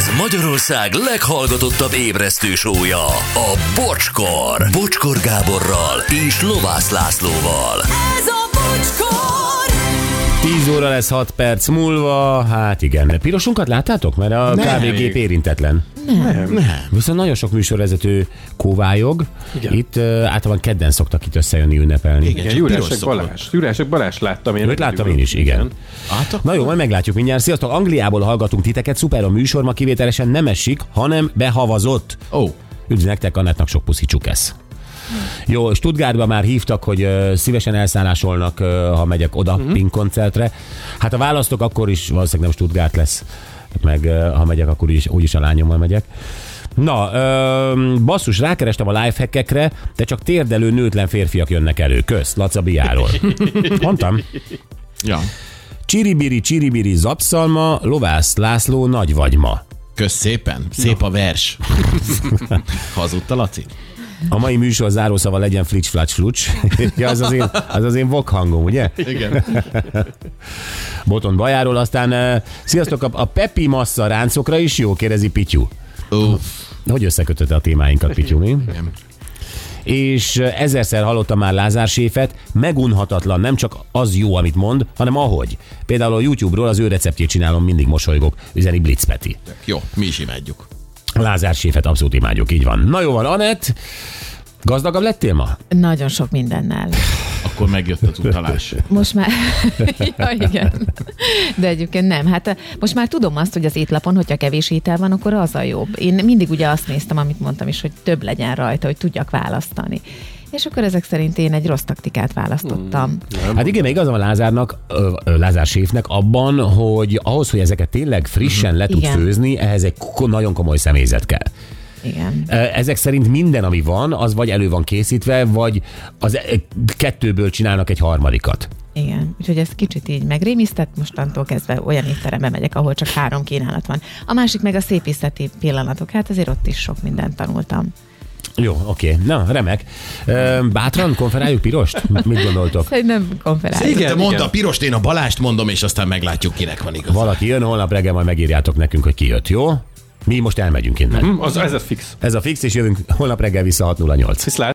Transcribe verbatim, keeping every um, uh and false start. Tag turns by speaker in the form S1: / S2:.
S1: Ez Magyarország leghallgatottabb ébresztő show-ja, a Bocskor. Bocskor Gáborral és Lovász Lászlóval.
S2: Ez a Bocskor!
S3: tíz óra lesz hat perc múlva, hát igen. Pirosunkat láttátok? Mert a kávégép érintetlen.
S4: Nem. Nem.
S3: Viszont nagyon sok műsorvezető kóvályog.
S4: Igen.
S3: Itt uh, általában kedden szoktak itt összejönni ünnepelni.
S4: Igen, Jurásek Balázs. Jurásek Balázs láttam én.
S3: Őt láttam én is, igen.
S4: igen.
S3: Na jó, majd meglátjuk mindjárt. Sziasztok, Angliából hallgatunk titeket. Szuper a műsor, ma kivételesen nem esik, hanem behavazott.
S4: Ó. Oh.
S3: Üdv nektek, Annettnak sok puszi csukesz. Jó, Stuttgartba már hívtak, hogy uh, szívesen elszállásolnak, uh, ha megyek oda uh-huh. Pink koncertre. Hát ha választok, akkor is valószínűleg nem Stuttgart lesz. Meg uh, ha megyek, akkor is, úgyis a lányommal megyek. Na, uh, basszus, rákerestem a lifehackekre, de csak térdelő nőtlen férfiak jönnek elő. Kösz, Laca Biáról. Mondtam?
S4: Ja.
S3: Csiribiri, csiribiri, zapszalma, Lovász László, nagy vagy ma.
S5: Kösz szépen, szép a vers. Hazudta, Laci?
S3: A mai műsor zárószava legyen flics, flacs, flucs. Ja, az az én, az az én vok hangom, ugye?
S5: Igen.
S3: Boton Bajáról, aztán uh, sziasztok, a, a Pepi massza ráncokra is jó, kérdezi Pityu.
S5: Uff.
S3: Hogy összekötötte a témáinkat, Pityu, mi?
S5: Igen.
S3: És uh, ezerszer hallottam már Lázár séfet, megunhatatlan, nem csak az jó, amit mond, hanem ahogy. Például a YouTube-ról az ő receptjét csinálom, mindig mosolygok, üzeni Blitz Peti.
S5: Jó, mi is imádjuk.
S3: Lázár séfet abszolút imádjuk, így van. Na jó van, Anett, gazdagabb lettél ma?
S6: Nagyon sok mindennel.
S5: Akkor megjött az utalás.
S6: Most már... ja, igen. De egyébként nem. Hát most már tudom azt, hogy az étlapon, hogyha kevés étel van, akkor az a jobb. Én mindig ugye azt néztem, amit mondtam is, hogy több legyen rajta, hogy tudjak választani. És akkor ezek szerint én egy rossz taktikát választottam.
S3: Hmm. Hát igen, igazam a Lázárnak, Lázár séfnek abban, hogy ahhoz, hogy ezeket tényleg frissen le tud
S6: igen.
S3: főzni, ehhez egy nagyon komoly személyzet kell.
S6: Igen.
S3: Ezek szerint minden, ami van, az vagy elő van készítve, vagy az kettőből csinálnak egy harmadikat.
S6: Igen, úgyhogy ez kicsit így megrémisztett, mostantól kezdve olyan étterembe megyek, ahol csak három kínálat van. A másik meg a szépészeti pillanatok, hát azért ott is sok mindent tanultam.
S3: Jó, oké. Okay. Na, remek. Bátran konferáljuk Pirost? Mit gondoltok?
S6: Szerintem konferáljuk.
S5: Igen, mondd a Pirost, én a Balást mondom, és aztán meglátjuk, kinek van igaz.
S3: Valaki jön, holnap reggel majd megírjátok nekünk, hogy ki jött, jó? Mi most elmegyünk innen.
S4: Mm, az, ez a fix.
S3: Ez a fix, és jövünk holnap reggel vissza hat nulla nyolc.
S4: Viszlát.